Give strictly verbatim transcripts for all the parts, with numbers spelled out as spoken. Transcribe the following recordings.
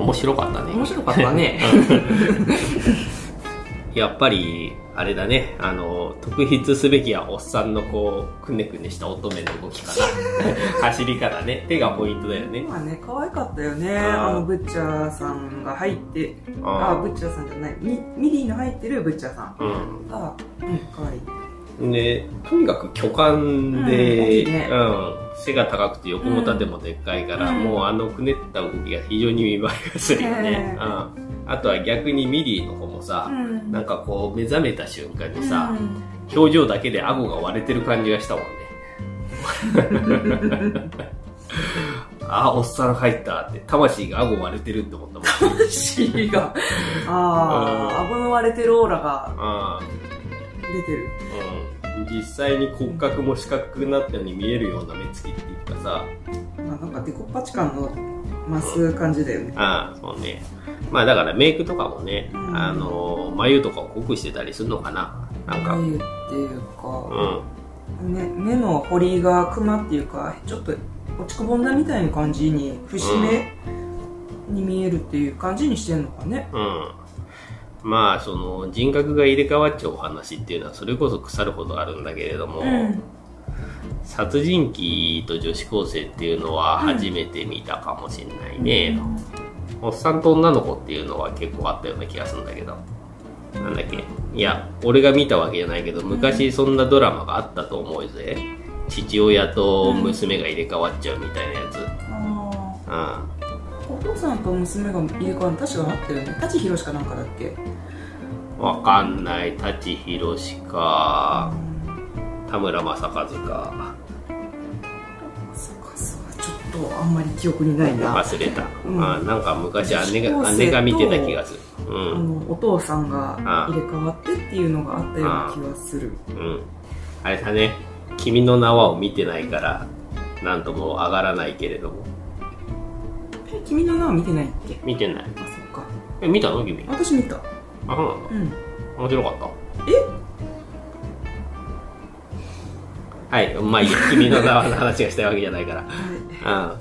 面白かったね。 面白かったね。 やっぱりあれだね、あの特筆すべきはおっさんのこうくねくねした乙女の動きかな。走り方ね、手がポイントだよね。 まあね、可愛かったよね。あのブッチャーさんが入って、ああブッチャーさんじゃない、ミミリーの入ってるブッチャーさんが、うん、可愛い。 でとにかく巨漢で、うんね、うん、背が高くて横も縦もでっかいから、うん、もうあのくねった動きが非常に見栄えがするよね。うん、あとは逆にミリーの方もさ、うん、なんかこう目覚めた瞬間にさ、うん、表情だけで顎が割れてる感じがしたもんね。あ、おっさん入ったって、魂が顎割れてるって思ったもん。 魂が、ああ、顎の割れてるオーラが出てる。 うん、実際に骨格も四角くなったように見えるような目つきっていうかさ、 まあなんかデコパチ感の増す感じだよね。 うん、ああ、そうね。まあだからメイクとかもね、うん、あの眉とかを濃くしてたりするのかな。なんか眉っていうか、うん、ね、目の彫りがクマっていうか、ちょっと落ちくぼんだみたいな感じに節目に見えるっていう感じにしてんのかね。 うん。まあその人格が入れ替わっちゃうお話っていうのはそれこそ腐るほどあるんだけれども、うん、殺人鬼と女子高生っていうのは初めて見たかもしれないね。うん、おっさんと女の子っていうのは結構あったような気がするんだけど、なんだっけ、いや俺が見たわけじゃないけど、昔そんなドラマがあったと思うぜ。父親と娘が入れ替わっちゃうみたいなやつ。うん、 お父さんと娘が入れ替わるの確かあったよね。舘ひろしかなんかだっけ。 わかんない。舘ひろしか田村正和か。 そうかそう、ちょっとあんまり記憶にないな。 忘れた。うん、あ、なんか昔姉が姉が見てた気がする。 うん、あのお父さんが入れ替わってっていうのがあったような気がする。 うん、あれだね。君の名はを見てないからなんとも上がらないけれども。 え、君の名は見てないっけ。 見てない。 あ、そっか。 え、見たの君。 私見た。 あ、そうなんだ。うん。面白かった。 え、 はい、まあいいや、君の名はの話がしたいわけじゃないから。はい、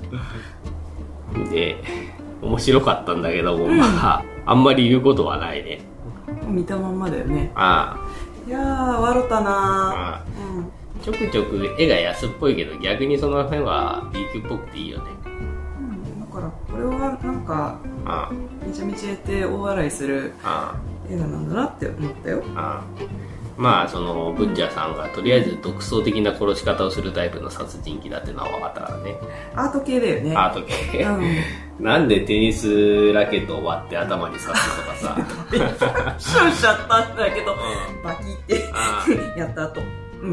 うん。で、面白かったんだけども、うん、まああんまり言うことはないね。 見たまんまだよね。 ああ。 いやー、笑ったなー。 うん。ちょくちょく絵が安っぽいけど、逆にその辺は B 級っぽくていいよね。 うん、だからこれはなんかああめちゃめちゃやって大笑いする映画なんだなって思ったよ。 ああ、まあそのブッチャーさんがとりあえず独創的な殺し方をするタイプの殺人鬼だっていうのは分かったからね。 アート系だよね。 アート系、うん、なんでテニスラケットを割って頭に刺すとかさシュンしちゃったんだけど、うん、バキってやった後、うん、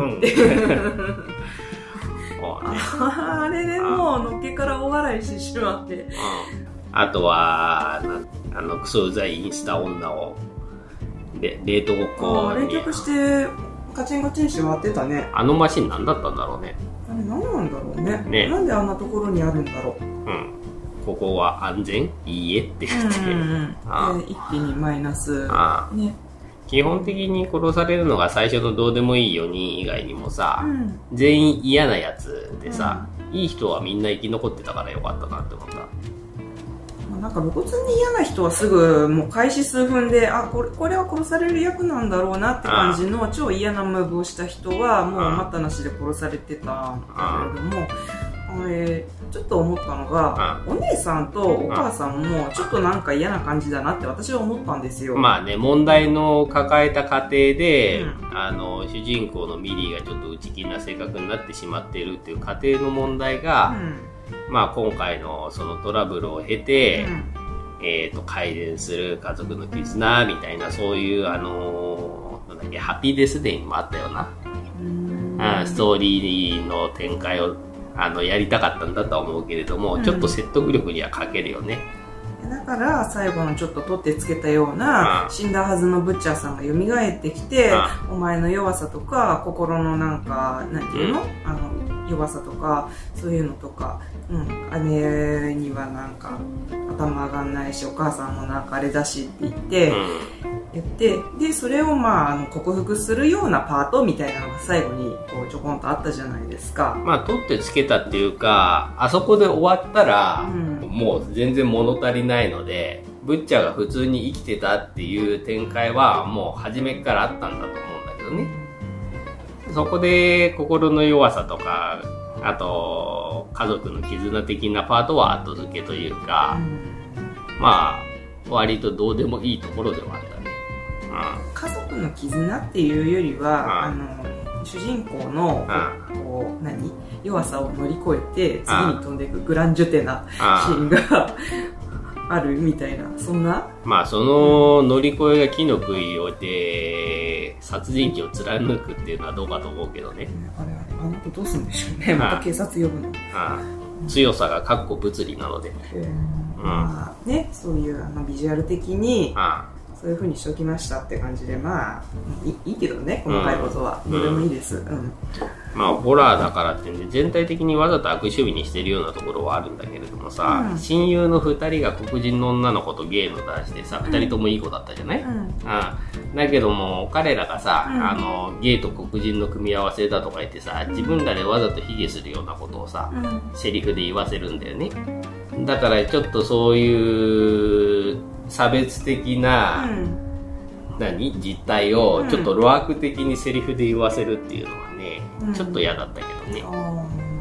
あ, あれでもうのっけから大笑いしてしまって、 あとはあのクソうざいインスタ女をで冷凍庫に冷却してカチンカチンして割ってたね。 あのマシン何だったんだろうね。 あれ何なんだろう ね, ねなんであんなところにあるんだろう。うん、 ここは安全いいえって言って、うんうん、 で一気にマイナスあね。 基本的に殺されるのが最初のどうでもいいよにん以外にもさ、うん、全員嫌なやつでさ、うん、いい人はみんな生き残ってたからよかったなって思った。 なんか露骨に嫌な人はすぐもう開始数分であこれこれは殺される役なんだろうなって感じの超嫌なムーブをした人はもう待ったなしで殺されてたんだけれども、あれちょっと思ったのがお姉さんとお母さんもちょっとなんか嫌な感じだなって私は思ったんですよ。 まあね、問題の抱えた家庭で、うん、あの主人公のミリーがちょっと内気な性格になってしまっているっていう家庭の問題が、うんまあ今回のそのトラブルを経て、うん、えっと改善する家族の絆みたいなそういうあのー、なんだっけハッピーデスデーにもあったようなうんストーリーの展開をあのやりたかったんだとは思うけれども、うん、ちょっと説得力には欠けるよね。 だから最後のちょっと取ってつけたような死んだはずのブッチャーさんが蘇ってきてお前の弱さとか心のなんかなんていうの、うん、あの弱さとかそういうのとか、うん、姉にはなんか頭上がんないしお母さんもなんかあれだしって言って、うん、言ってでそれをまああの克服するようなパートみたいなのが最後にこうちょこんとあったじゃないですか。 まあ取ってつけたっていうかあそこで終わったら、うん、 もう全然物足りないので、ブッチャーが普通に生きてたっていう展開はもう初めからあったんだと思うんだけどね。そこで心の弱さとか、あと家族の絆的なパートは後付けというか、まあ割とどうでもいいところではあったね。 うん、家族の絆っていうよりは、あの主人公のこう何弱さを乗り越えて次に飛んでいくグランジュテなシーンがあるみたいな、そんな。 まあその乗り越えが木の杭を置いて殺人鬼を貫くっていうのはどうかと思うけどね。 あれあれあの子どうするんでしょうね。また警察呼ぶの。 ああ、強さがかっこ物理なので、 うん、まあね、そういうあのビジュアル的にそういう風にしときましたって感じで、まあい い, いいけどね、細かいことは、うん、どうでもいいです、うんうん、 まあホラーだからってね、全体的にわざと悪趣味にしてるようなところはあるんだけれどもさ、うん、親友のふたりが黒人の女の子とゲーム出してさ、ふたりともいい子だったじゃない、うんうん、だけども彼らがさ、うん、あのゲイと黒人の組み合わせだとか言ってさ、自分らでわざと卑下するようなことをさ、うん、セリフで言わせるんだよね。だからちょっとそういう差別的な、うん、何実態をちょっと露悪的にセリフで言わせるっていうのはね、うん、ちょっと嫌だったけどね、うん、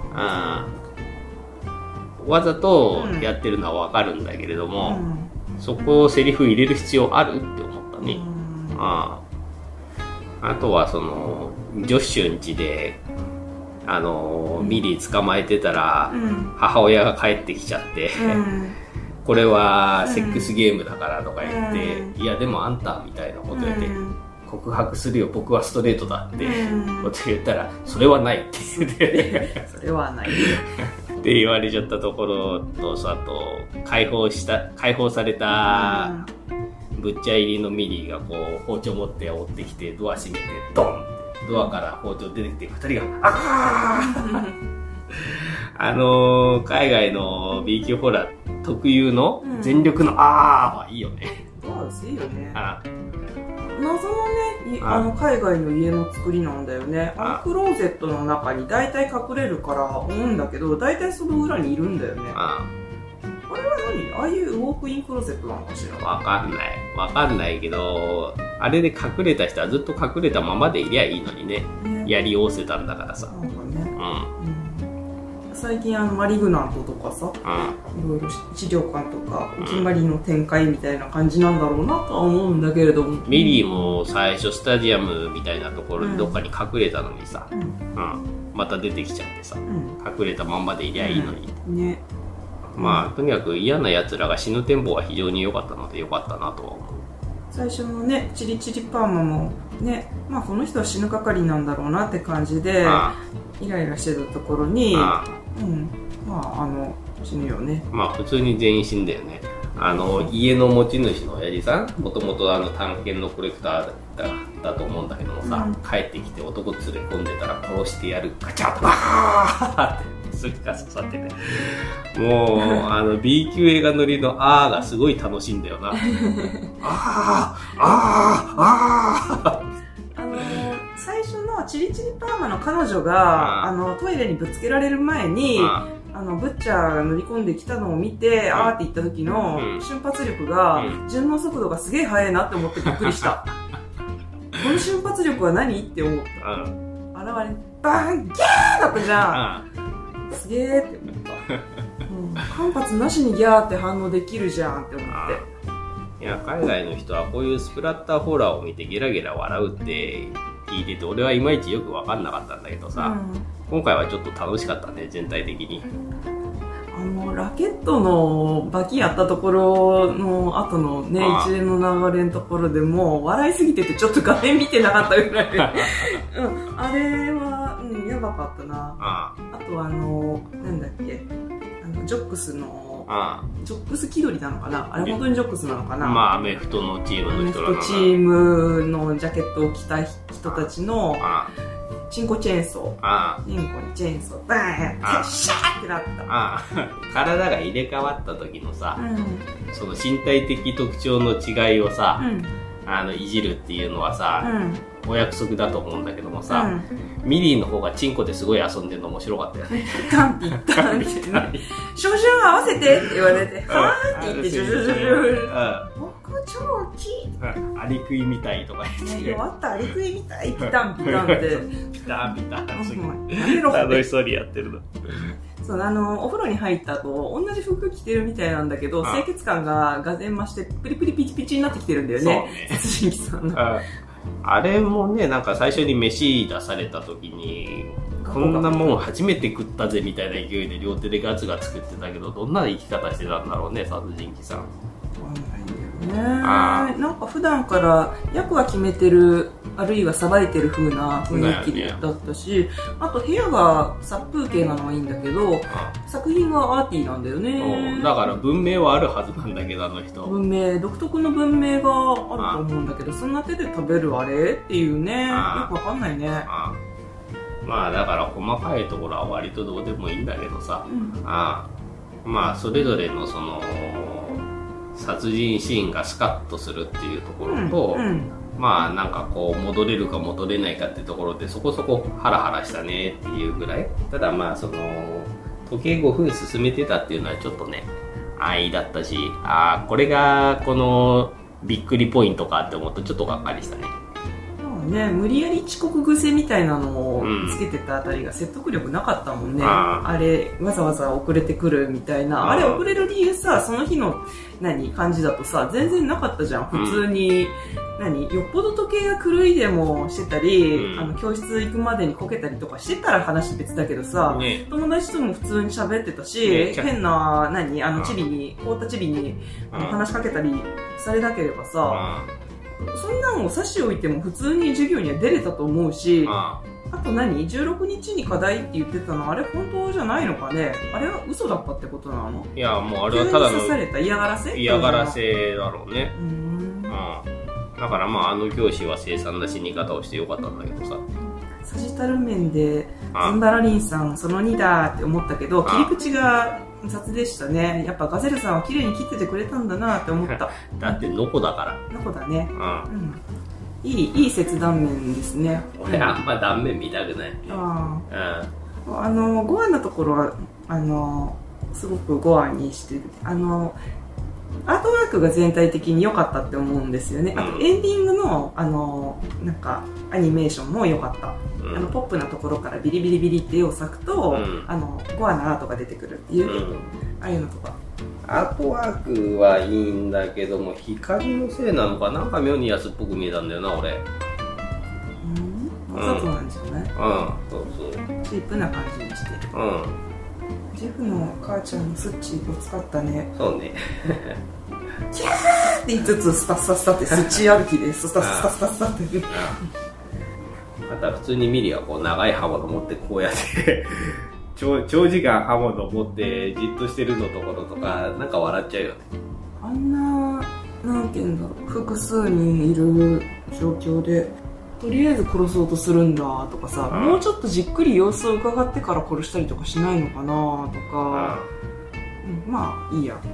あわざとやってるのは分かるんだけれども、うん、そこをセリフ入れる必要あるって思ったね、うん、あ, あとはそのジョッシュん家であのミリー捕まえてたら、うん、母親が帰ってきちゃって、うんこれはセックスゲームだからとか言って、うん、いやでもあんたみたいなこと言って、うん、告白するよ僕はストレートだって、うん、こと言ったらそれはないって言ってそれはないって言われちゃったところと、あと解放した解放されたぶっちゃ入りのミリーがこう包丁持って追ってきてドア閉めてドンってドアから包丁出てきてふたりがあーあのー、海外の B 級ホラー特有の全力のあーはいいよね。 ああ、いいよね。あ謎のね、あの海外の家の作りなんだよね。あのクローゼットの中に大体隠れるから思うんだけど、大体その裏にいるんだよね。ああれは何？ああいうウォークインクローゼットなのかしら？ わかんない。わかんないけど、あれで隠れた人はずっと隠れたままでいりゃいいのにね。ねやりおせたんだからさ。なんかね。うん。 最近あのマリグナントとかさ、うん、いろいろ資料館とかお決まりの展開みたいな感じなんだろうなとは思うんだけれども、 ミリーも最初スタジアムみたいなところでどっかに隠れたのにさ、うんうん、また出てきちゃってさ、うん、隠れたまんまでいりゃいいのに、うんね、まあとにかく嫌なやつらが死ぬテンポは非常に良かったので良かったなとは思う。 最初のねチリチリパーマもね、まあこの人は死ぬ係なんだろうなって感じでイライラしてたところに、ああうん、まああの死ぬよね。 まあ普通に全員死んだよね。あの家の持ち主の親父さん、もともとあの探検のコレクターだったと思うんだけどもさ、うん、帰ってきて男連れ込んでたら殺してやるガチャッとバーってすぐか刺さってね。もうあの B 級映画乗りのあーがすごい楽しいんだよな。あーあーあーあのー、最初のチリチリパーマの彼女があのトイレにぶつけられる前にあのブッチャーが乗り込んできたのを見て、うん、あーって言った時の瞬発力が、うん、順応速度がすげえ速いなって思ってびっくりしたこの瞬発力は何って思った、うん、現れバーンギャーだったじゃん、うん、すげーって思った、うん、間髪なしにギャーって反応できるじゃんって思って。 いや海外の人はこういうスプラッターホラーを見てゲラゲラ笑うって聞いてて、俺はいまいちよく分かんなかったんだけどさ、うん、今回はちょっと楽しかったね全体的に。 あのラケットのバキやったところの後のね一連の流れのところでもう笑いすぎててちょっと画面見てなかったぐらい、うん、あれは、うん、やばかったな。あ, あとあのなんだっけあのジョックスのああジョックス気取りなのかな、あれ本当にジョックスなのかな、 まあアメフトのチームの人アメフトチームのジャケットを着た人たちのチンコチェーンソー、チンコにチェーンソーバーンってシャーってなった。ああ体が入れ替わった時のさ、うん、その身体的特徴の違いをさ、うん、あのいじるっていうのはさ、うん、 お約束だと思うんだけどもさ、うん、ミリーの方がチンコですごい遊んでるの面白かったよね。 タンピッタンピッタンピ少々合わせてって言われて、はーって言って、ジョジョジョジョ僕超大きいアリクイみたいとか言って。 弱ったアリクイみたい、ピタンピタンって。 ピタンピタン。楽しそうにやってるの。 そう、あの、お風呂に入った後、同じ服着てるみたいなんだけど、清潔感ががぜん増して、プリプリピチピチになってきてるんだよね。殺人鬼さんの。 あれもね、なんか最初に飯出された時に、こんなもん初めて食ったぜみたいな勢いで両手でガツガツ食ってたけど、どんな生き方してたんだろうね、殺人鬼さん。 ね、なんか普段から役は決めてる、あるいはさばいてる風な雰囲気だったし、あと部屋が殺風景なのはいいんだけど、作品はアーティーなんだよね。 だから文明はあるはずなんだけど、あの人文明、独特の文明があると思うんだけど、そんな手で食べるあれっていうね、よくわかんないね。ああまあだから細かいところは割とどうでもいいんだけどさ、うん、ああまあそれぞれのその殺人シーンがスカッとするっていうところと、うんうん、まあなんかこう戻れるか戻れないかっていうところでそこそこハラハラしたねっていうぐらい。ただまあその時計ごふん進めてたっていうのはちょっとね安易だったし、ああこれがこのびっくりポイントかって思うとちょっとがっかりしたね。 ね、無理やり遅刻癖みたいなのをつけてたあたりが説得力なかったもんね、うん、あ, あれわざわざ遅れてくるみたいな、うん、あれ遅れる理由さその日の何感じだとさ全然なかったじゃん普通に、うん、何よっぽど時計が狂いでもしてたり、うん、あの教室行くまでにこけたりとかしてたら話別だけどさ、ね、友達とも普通に喋ってたし、ね、変な何あのチビに凍ったチビにあの話しかけたりされなければさ、うんそんなのを差し置いても普通に授業には出れたと思うし、あ, あと何じゅうろくにちに課題って言ってたのあれ本当じゃないのかね。あれは嘘だったってことなの？ いやもうあれはただの刺された嫌がらせ嫌がらせだろうね。うん、うん、だからまああの教師は凄惨な死に方をしてよかったんだけどさ、 サジタル面でズンバラリンさんそのにだって思ったけど切り口が雑でしたね。やっぱガゼルさんは綺麗に切っててくれたんだなって思った。 だってノコだからノコだね、うんうん、いいいい切断面ですね。 俺あんま断面見たくない。あ、 うん、あのゴアのところはあのすごくゴアにしてる。あのアートワークが全体的に良かったって思うんですよね。あとエンディングのあのなんかアニメーションも良かった。うん、あのポップなところからビリビリビリって絵を裂くと、うん、あのゴアのアートが出てくるっていう、うん、ああいうのとか。 アートワークはいいんだけども光のせいなのかなんか妙に安っぽく見えたんだよな俺。 うんわざとなんじゃない？うん、 そうそう。 チープな感じにしてる。うん。ジェフの母ちゃんのスッチを使ったね。 そうね。 キャーって言いつつスタスタスタってスッチ歩きでスタスタスタスタって。 また普通にミリはこう長い刃物持ってこうやって長, 長時間刃物持ってじっとしてるのところとかなんか笑っちゃうよね。 あんななんていうんだろう複数人いる状況でとりあえず殺そうとするんだとかさ、うん、もうちょっとじっくり様子を伺ってから殺したりとかしないのかなとか、うんうん、まあいいや。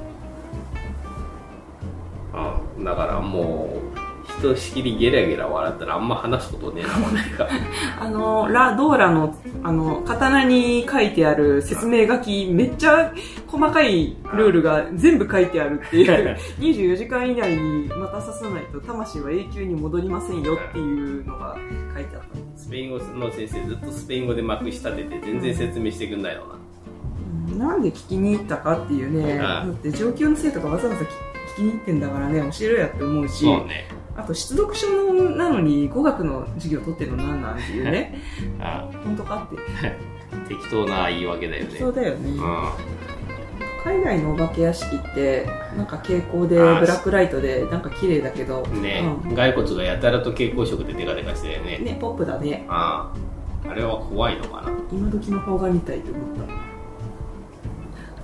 うん、だからもうひとしきりゲラゲラ笑ったらあんま話すことねえなもんねかあのラ・ドーラのあの刀に書いてある説明書きめっちゃ細かいルールが全部書いてあるっていうにじゅうよじかん以内にまた刺さないと魂は永久に戻りませんよっていうのが書いてあった。 スペイン語の先生ずっとスペイン語でまくし立てて全然説明してくんないのな、 うん、なんで聞きに行ったかっていうね、だって上級の生徒がわざわざ聞きに行ってんだからね教えろやって思うし、そうね、あと出読書なのに語学の授業取ってるのなんなんていうねああ本当かって適当な言い訳だよね。 適当だよね、うん、海外のお化け屋敷ってなんか蛍光でブラックライトでなんか綺麗だけどね、うん、骸骨がやたらと蛍光色でデカデカしてるよね。 ねポップだね。 あああれは怖いのかな。 今時の方が見たいと思った。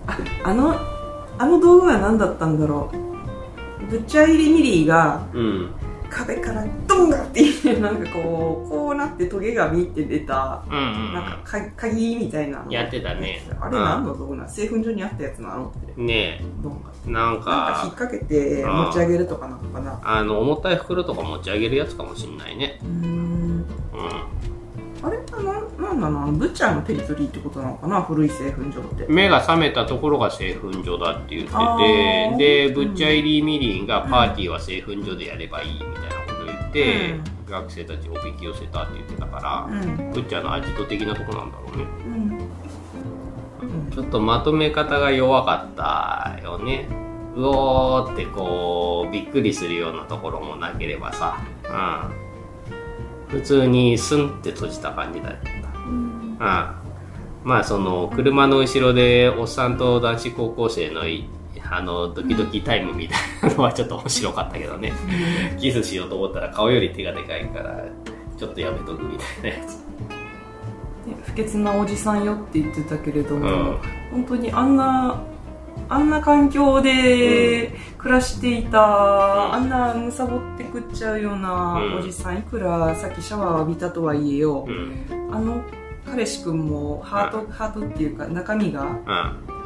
ああのあの道具は何だったんだろう。ブッチャー入りミリーが、うん、壁からドンガっていうなんかこうこうなってトゲが見って出た、うんうん、なんか鍵みたいなのやってたね。 あれ何の道具なの？製粉所にあったやつなのってねえドンガなんかなんか引っ掛けて持ち上げるとかなのかな。 あの重たい袋とか持ち上げるやつかもしんないね。うーんあれな、なんだな、ブッチャーのテリトリーってことなのかな、古い製粉所って。 目が覚めたところが製粉所だって言ってて、でブッチャー入りみりんがパーティーは製粉所でやればいいみたいなことを言って、うん、学生たちをおびき寄せたって言ってたから、うん、ブッチャーのアジト的なとこなんだろうね、うんうん、ちょっとまとめ方が弱かったよね。うおーってこうびっくりするようなところもなければさ、うん、普通にスンって閉じた感じだった、うん、まあその車の後ろでおっさんと男子高校生のあのドキドキタイムみたいなのはちょっと面白かったけどね、キスしようと思ったら顔より手がでかいからちょっとやめとくみたいなやつ。 不潔なおじさんよって言ってたけれども、うん、本当にあんなあんな環境で暮らしていた、うん、あんなむさぼって食っちゃうようなおじさん、いくらさっきシャワー浴びたとはいえよ、うん、あの彼氏くんもハート、うん、ハートっていうか中身が、うん、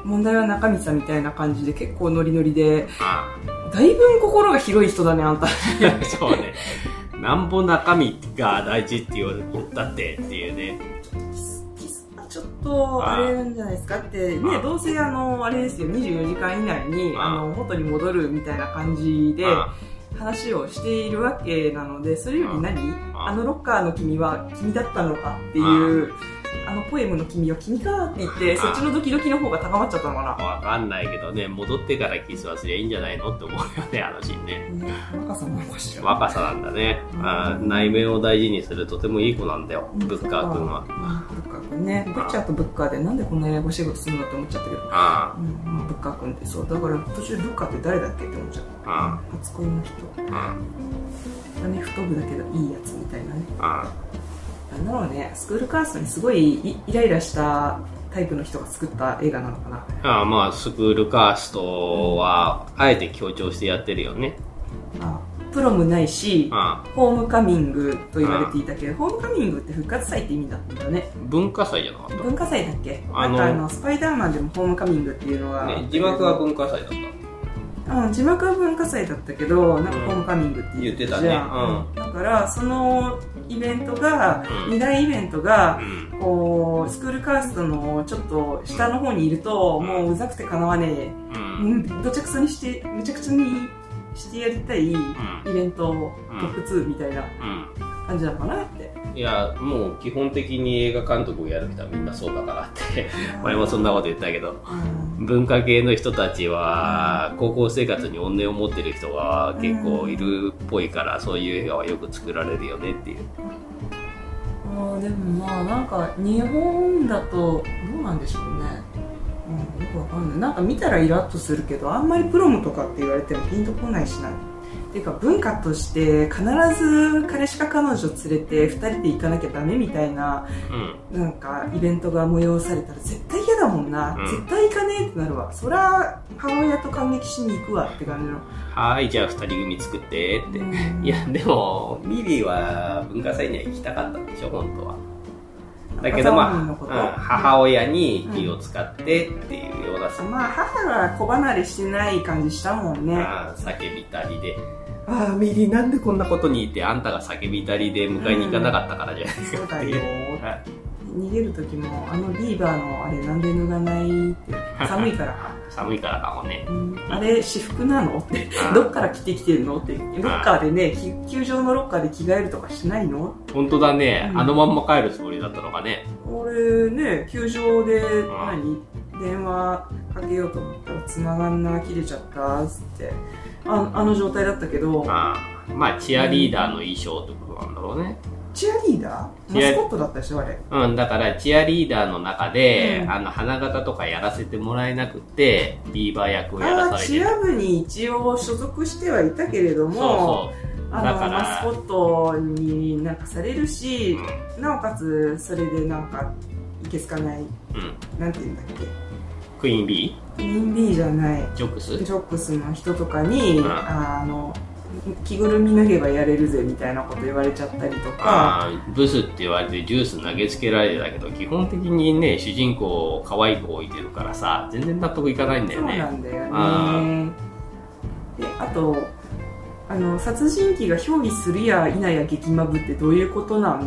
問題は中身さみたいな感じで結構ノリノリで、うん、だいぶ心が広い人だねあんた。 そうね、なんぼ中身が大事って言ったってっていうね。 ちょっとあれなんじゃないですかってね、どうせあのあれですよ、にじゅうよじかん以内にあの元に戻るみたいな感じで話をしているわけなので、それより何、あのロッカーの君は君だったのかっていう、あのポエムの君は君かって言って、そっちのドキドキの方が高まっちゃったのかな。 わかんないけどね、戻ってからキスはすりゃいいんじゃないのって思うよね、あのシーンね。 ね、若さなのかしら。 若さなんだね、うん、あ内面を大事にするとてもいい子なんだよ、うん、ブッカー君は。 うん、ブッカー君ね、ブッチャーとブッカーでなんでこんなややこしいことするのって思っちゃったけど、あ、うん、ブッカー君ってそうだから途中ブッカーって誰だっけって思っちゃった。あ初恋の人、アメフト部だけどいいやつみたいなね。あなんだろうね、スクールカーストにすごいイライラしたタイプの人が作った映画なのかな。 ああ、まあスクールカーストはあえて強調してやってるよね。 ああプロムないし、ああホームカミングと言われていたけど、ホームカミングって復活祭って意味だったんだよね。 文化祭じゃなかった？ 文化祭だっけ？なんかあのスパイダーマンでもホームカミングっていうのが、 ね、字幕は文化祭だった。 うん、字幕は文化祭だったけど、なんかホームカミングって言ってたじゃん、うん、だからそのイベントが、うん、に大イベントが、うん、こうスクールカーストのちょっと下の方にいると、うん、もううざくてかなわねえ、うん、どちゃくそにしてめちゃくちゃにしてやりたいイベント、うん、トップツーみたいな感じなのかなって。 いやもう基本的に映画監督をやる人はみんなそうだからって前もそんなこと言ったけど、うん、文化系の人たちは高校生活に怨念を持ってる人が結構いるっぽいから、そういう映画はよく作られるよねっていう。 あでもまあなんか日本だとどうなんでしょうね、うん、よくわかんない。なんか見たらイラッとするけど、あんまりプロムとかって言われてもピンとこないしなっていうか、文化として必ず彼氏か彼女連れてふたりで行かなきゃダメみたいな、うん、なんかイベントが催されたら絶対嫌だもんな、うん、絶対行かねえってなるわ。そりゃ母親と感激しに行くわって感じの。 はいじゃあふたり組作ってって、うん、いやでもミリーは文化祭には行きたかったんでしょ本当は。だけどまあ、うん、母親に気を使ってっていうような、 うん、まあ母は子離れしてない感じしたもんね。 あ叫びたりで、ああミリーなんでこんなことにってあんたが叫びたりで迎えに行かなかったからじゃないですか、うん、そうだよ逃げる時もあのビーバーのあれなんで脱がないって寒いからか寒いからかもね、うん、 あれ私服なのってどっから着てきてるのってロッカーでね球場のロッカーで着替えるとかしないの。 本当だね、うん、あのまんま帰るつもりだったのかね。 俺ね球場で何電話かけようと思ったら繋がんな切れちゃったっつってあ, あの状態だったけど、 ああまあチアリーダーの衣装ってことなんだろうね。 チアリーダーマスコットだったでしょあれ。 うん、だからチアリーダーの中で、うん、あの花形とかやらせてもらえなくてビーバー役をやらされてる。 チア部に一応所属してはいたけれども、そうそうあのマスコットになんかされるし、うん、なおかつそれでなんかいけすかない、うん、なんていうんだっけ、 クイーン B？ クイーン B じゃないジョックスジョックスの人とかに、うん、あの着ぐるみ脱げばやれるぜみたいなこと言われちゃったりとか、 あブスって言われてジュース投げつけられてたけど、基本的にね主人公可愛い子置いてるからさ全然納得いかないんだよね。 そうなんだよね。であとあの殺人鬼が評議するや否や激マブってどういうことなん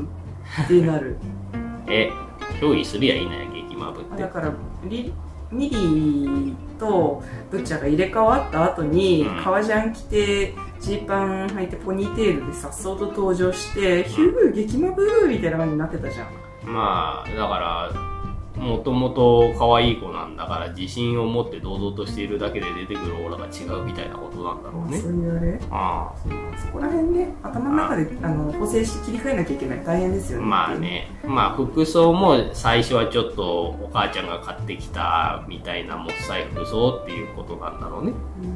ってなる。 え、憑依すりゃいいなよ、激マブって。 だからリミリーとブッチャーが入れ替わった後に、うん、革ジャン着てジーパン履いてポニーテールでさっそうと登場して「ヒュー激マブー」みたいな感じになってたじゃん。 まあだからもともと可愛い子なんだから自信を持って堂々としているだけで出てくるオーラが違うみたいなことなんだろうね。 そういうあれ、ああ、そこら辺ね、頭の中であの補正して切り替えなきゃいけない、大変ですよね。 まあね、まあ服装も最初はちょっとお母ちゃんが買ってきたみたいなもっさい服装っていうことなんだろうね。うん、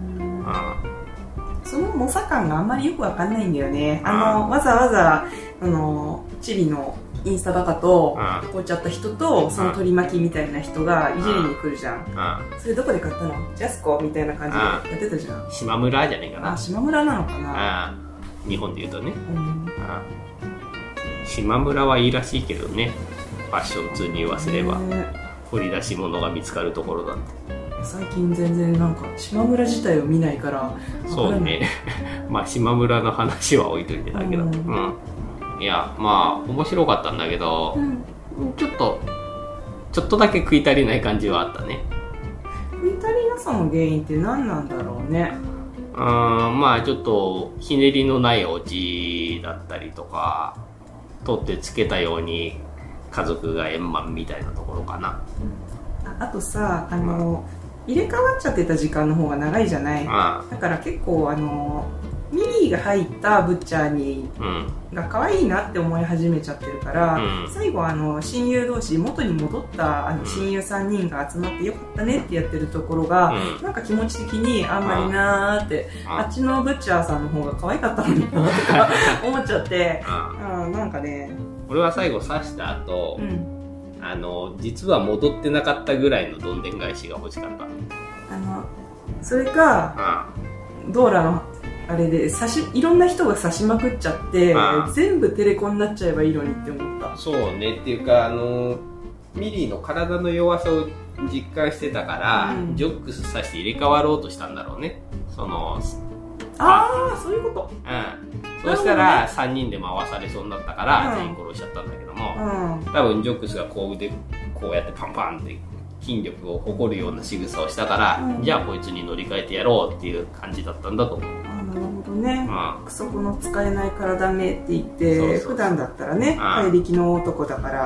ああ、その猛者感があんまりよくわかんないんだよね。あのわざわざあのチリのインスタバカと凍っちゃった人とその取り巻きみたいな人がいじりに来るじゃん。それどこで買ったの？ジャスコみたいな感じでやってたじゃん。 島村じゃねえかな。 あ、島村なのかな。 日本で言うとね、うん、島村はいいらしいけどね、ファッション通に言わせれば掘り出し物が見つかるところだって。 最近全然なんか島村自体を見ないからそうねまあ島村の話は置いといてだけど、うん、うんいやまあ面白かったんだけど、うん、ちょっとちょっとだけ食い足りない感じはあったね。 食い足りなさの原因って何なんだろうね。 うん、まあちょっとひねりのないオチだったりとか、取ってつけたように家族が円満みたいなところかな。 うん、あ, あとさあの、うん、入れ替わっちゃってた時間の方が長いじゃない。うん、だから結構あのミリーが入ったブッチャーに、うん、が可愛いなって思い始めちゃってるから、うん、最後あの親友同士元に戻ったあの親友さんにんが集まってよかったねってやってるところが、うん、なんか気持ち的にあんまりなーって、うん、あっちのブッチャーさんの方が可愛かったのになとか思っちゃって、うんうん、なんかね、 俺は最後刺した後、うん、あの実は戻ってなかったぐらいのどんでん返しが欲しかった。 あのそれか、うん、ドーラのあれで刺しいろんな人が刺しまくっちゃって全部テレコになっちゃえばいいのにって思った。 そうね、っていうかあのミリーの体の弱さを実感してたから、うん、ジョックス刺して入れ替わろうとしたんだろうね。そのああそういうこと。 うん、そうしたらさんにんで回されそうになったから、うん、全員殺しちゃったんだけども、うん、多分ジョックスがこう腕こうやってパンパンって筋力を誇るような仕草をしたから、うん、じゃあこいつに乗り換えてやろうっていう感じだったんだと思う。 なるほどね、うん、クソコの使えない体めって言って普段だったらね怪力の男だから、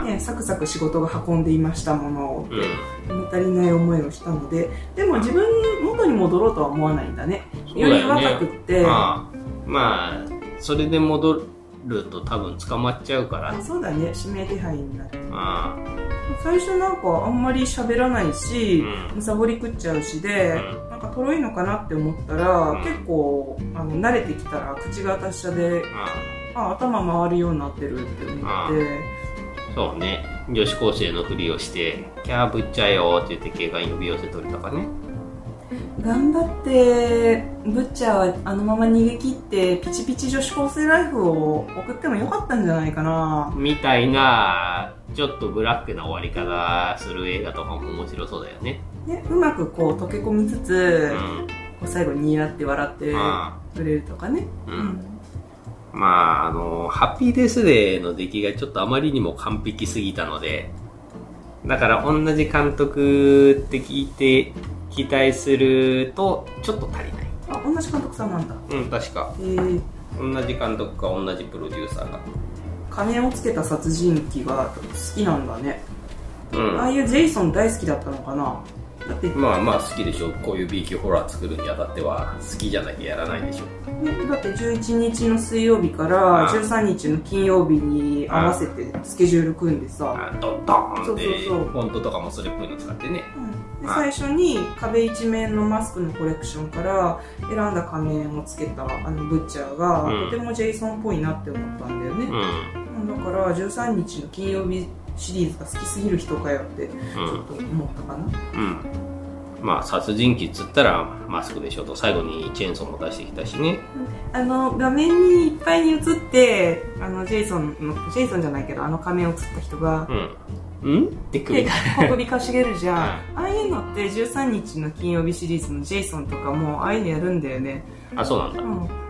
ね、サクサク仕事が運んでいましたものって物足りない思いをしたので、でも自分元に戻ろうとは思わないんだね。より若くって、 ああまあそれで戻ると多分捕まっちゃうから。 あそうだね、指名手配になる。あ最初なんかあんまり喋らないし、うん、むさぼり食っちゃうしで、うん、なんかとろいのかなって思ったら、うん、結構あの慣れてきたら口が達者で、うん、あ頭回るようになってるって思って、うん、 そうね、女子高生のふりをして「キャーぶっちゃえよ」って言って警官呼び寄せとりとかね。 頑張ってブッチャーはあのまま逃げ切ってピチピチ女子高生ライフを送ってもよかったんじゃないかなみたいな、ちょっとブラックな終わり方する映画とかも面白そうだよね。 ね、うまくこう溶け込みつつ、うん、こう最後にやって笑ってくれるとかね。うん、うん、 まああのハッピーデスデーの出来がちょっとあまりにも完璧すぎたので、だから同じ監督って聞いて期待するとちょっと足りない。 あ、同じ監督さんなんだ。 うん、確か。へえ。同じ監督か同じプロデューサーが。 仮面をつけた殺人鬼が好きなんだね。うん。ああいうジェイソン大好きだったのかな。だってまあまあ好きでしょ。こういう B 級ホラー作るにあたっては好きじゃなきゃやらないでしょ。 ね、だってじゅういちにちの水曜日からじゅうさんにちの金曜日に合わせてスケジュール組んでさ、 ドンドンってフォントとかもそれっぽいの使ってね。 うん、で最初に壁一面のマスクのコレクションから選んだ仮面をつけたあのブッチャーが、うん、とてもジェイソンっぽいなって思ったんだよね。うん、だからじゅうさんにちの金曜日シリーズが好きすぎる人かよってちょっと思ったかな。うん、うんまあ殺人鬼っつったらマスクでしょと最後にチェーンソーも出してきたしね。 あの画面にいっぱいに映ってあのジェイソンのジェイソンじゃないけどあの仮面を映った人がうん、うん、ってくるほこりかしげるじゃん、うん、ああいうのってじゅうさんにちの金曜日シリーズのジェイソンとかもああいうのやるんだよね。 あ、そうなんだ、うん、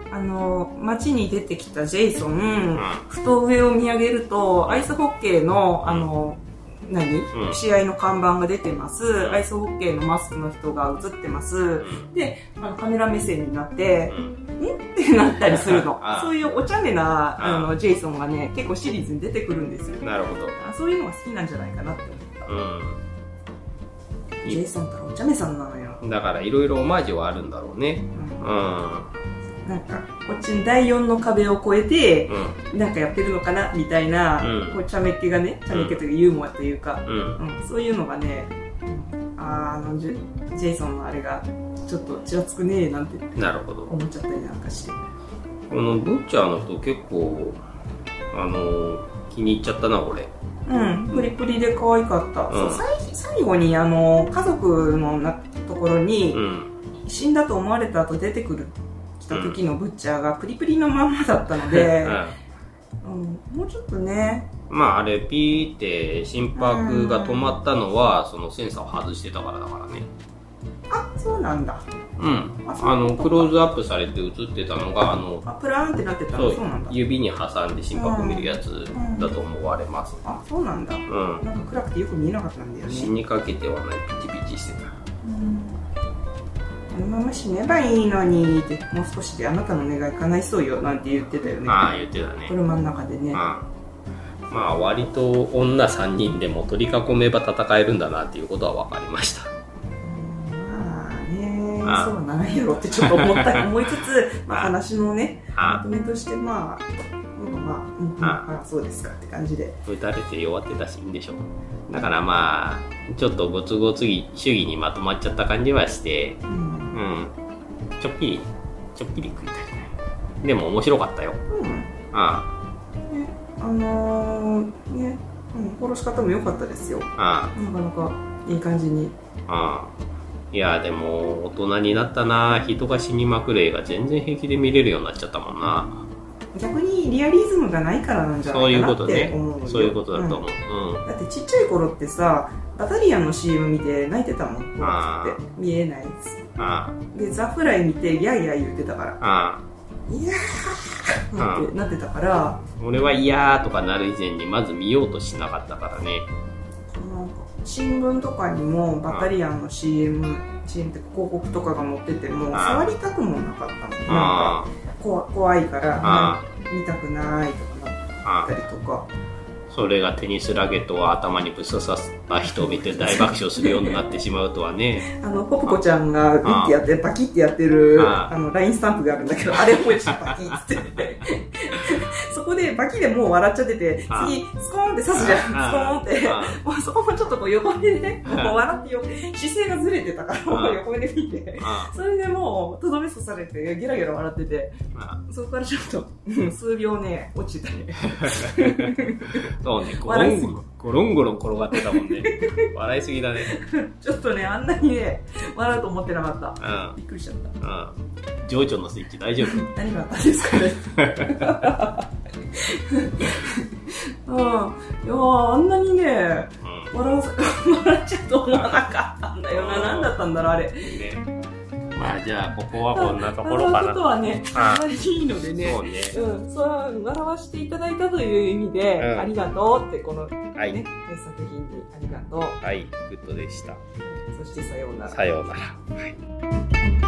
あの、街に出てきたジェイソン、うん、ふと上を見上げると、アイスホッケーの、あの、何、うん、試合の看板が出てます。うん、アイスホッケーのマスクの人が映ってます。うん、で、あのカメラ目線になって、うん、んってなったりするの。そういうお茶目なあのジェイソンがね、結構シリーズに出てくるんですよ。 なるほど。 そういうのが好きなんじゃないかなって思った。うん、ジェイソンったらお茶目さんなのよ。 だからいろいろオマージュはあるんだろうね。うん。うんなんかこっちにだいよんの壁を越えて、うん、なんかやってるのかなみたいな、うん、こう茶目っ気がね、茶目っ気というかユーモアというか、うんうん、そういうのがね、あ, あのジ ェ, ジェイソンのあれがちょっとちらつくねえなんて思っちゃったりなんかして。 このブッチャーの人結構あの気に入っちゃったな俺。 うん、プリプリで可愛かった。うん、そう 最, 最後にあの家族のなところに、うん、死んだと思われた後出てくるた時のブッチャーがプリプリのまんまだったので、うんうん、もうちょっとね。 まああれピーって心拍が止まったのは、うん、そのセンサーを外してたからだからね。 あ、そうなんだ。 うん。あ, あのクローズアップされて映ってたのがあのあプラーンってなってたの。 そうなんだ。指に挟んで心拍見るやつだと思われます。 うんうん、あ、そうなんだ。うん。なんか暗くてよく見えなかったんだよね。 死にかけてはないピチピチしてた。うんこのまま死ねばいいのにってもう少しであなたの願い叶いそうよなんて言ってたよね。 ああ言ってたね。 車の中でね。 ああまあ割と女さんにんでも取り囲めば戦えるんだなっていうことは分かりました。 まあねああそうなんやろってちょっと思った思いつつ、まあ、話のねまとめとしてまあまあ、うん、ああそうですかって感じで打たれて弱ってたしいいんでしょう。だからまあちょっとご都合主義にまとまっちゃった感じはして、うん、うん、ちょっぴりちょっぴり食いたいでも面白かったよ。うん、ああ、ね、あのー、ね、うん、殺し方も良かったですよ。ああなかなかいい感じに。ああいやでも大人になったな。人が死にまくる映画全然平気で見れるようになっちゃったもんな。 逆にリアリズムがないからなんじゃないかなって思うよ。 そういうことね。そういうことだと思う、うんうん、だってちっちゃい頃ってさバタリアンの シーエム 見て泣いてたもん。怖くて見えないです。でザ・フライ見てギャーギャー言ってたからあいやーなんてなってたから。 俺はイヤーとかなる以前にまず見ようとしなかったからね。 なんか新聞とかにもバタリアンの シーエム シーエム って広告とかが載ってても触りたくもなかったの。なんか怖いから見たくないとかなったりとか。 それがテニスラケットを頭にぶっ刺さった人を見て大爆笑するようになってしまうとはね。 あのポプコちゃんがグッてやってバキってやってるあのラインスタンプがあるんだけどあれも一緒にバキってそこでバキでもう笑っちゃってて次スコーンって刺すじゃん。スコーンってもうそこもちょっとこう横目でねもう笑ってよ姿勢がずれてたからもう横目で見てそれでもうとどめ刺されてゲラゲラ笑っててそこからちょっと数秒ね落ちてそうね、ゴロンゴロン、ゴロンゴロン転がってたもんね。笑いすぎだね。 ちょっとね、あんなにね、笑うと思ってなかった。うん、びっくりしちゃった。うん。 情緒のスイッチ大丈夫？ 何があったんですかね。うん。いやー、あんなにね、うん、笑わせ、笑っちゃうと思わなかったんだよな。何だったんだろう、あれ。ねまあじゃあここはこんなところかな。 笑うことはね、あんまりいいのでね。そうね。うん、そう笑わせていただいたという意味で、うん、ありがとうってこの、ね、はい、作品にありがとう。 はい、グッドでした。 そしてさようなら。 さようなら。はい。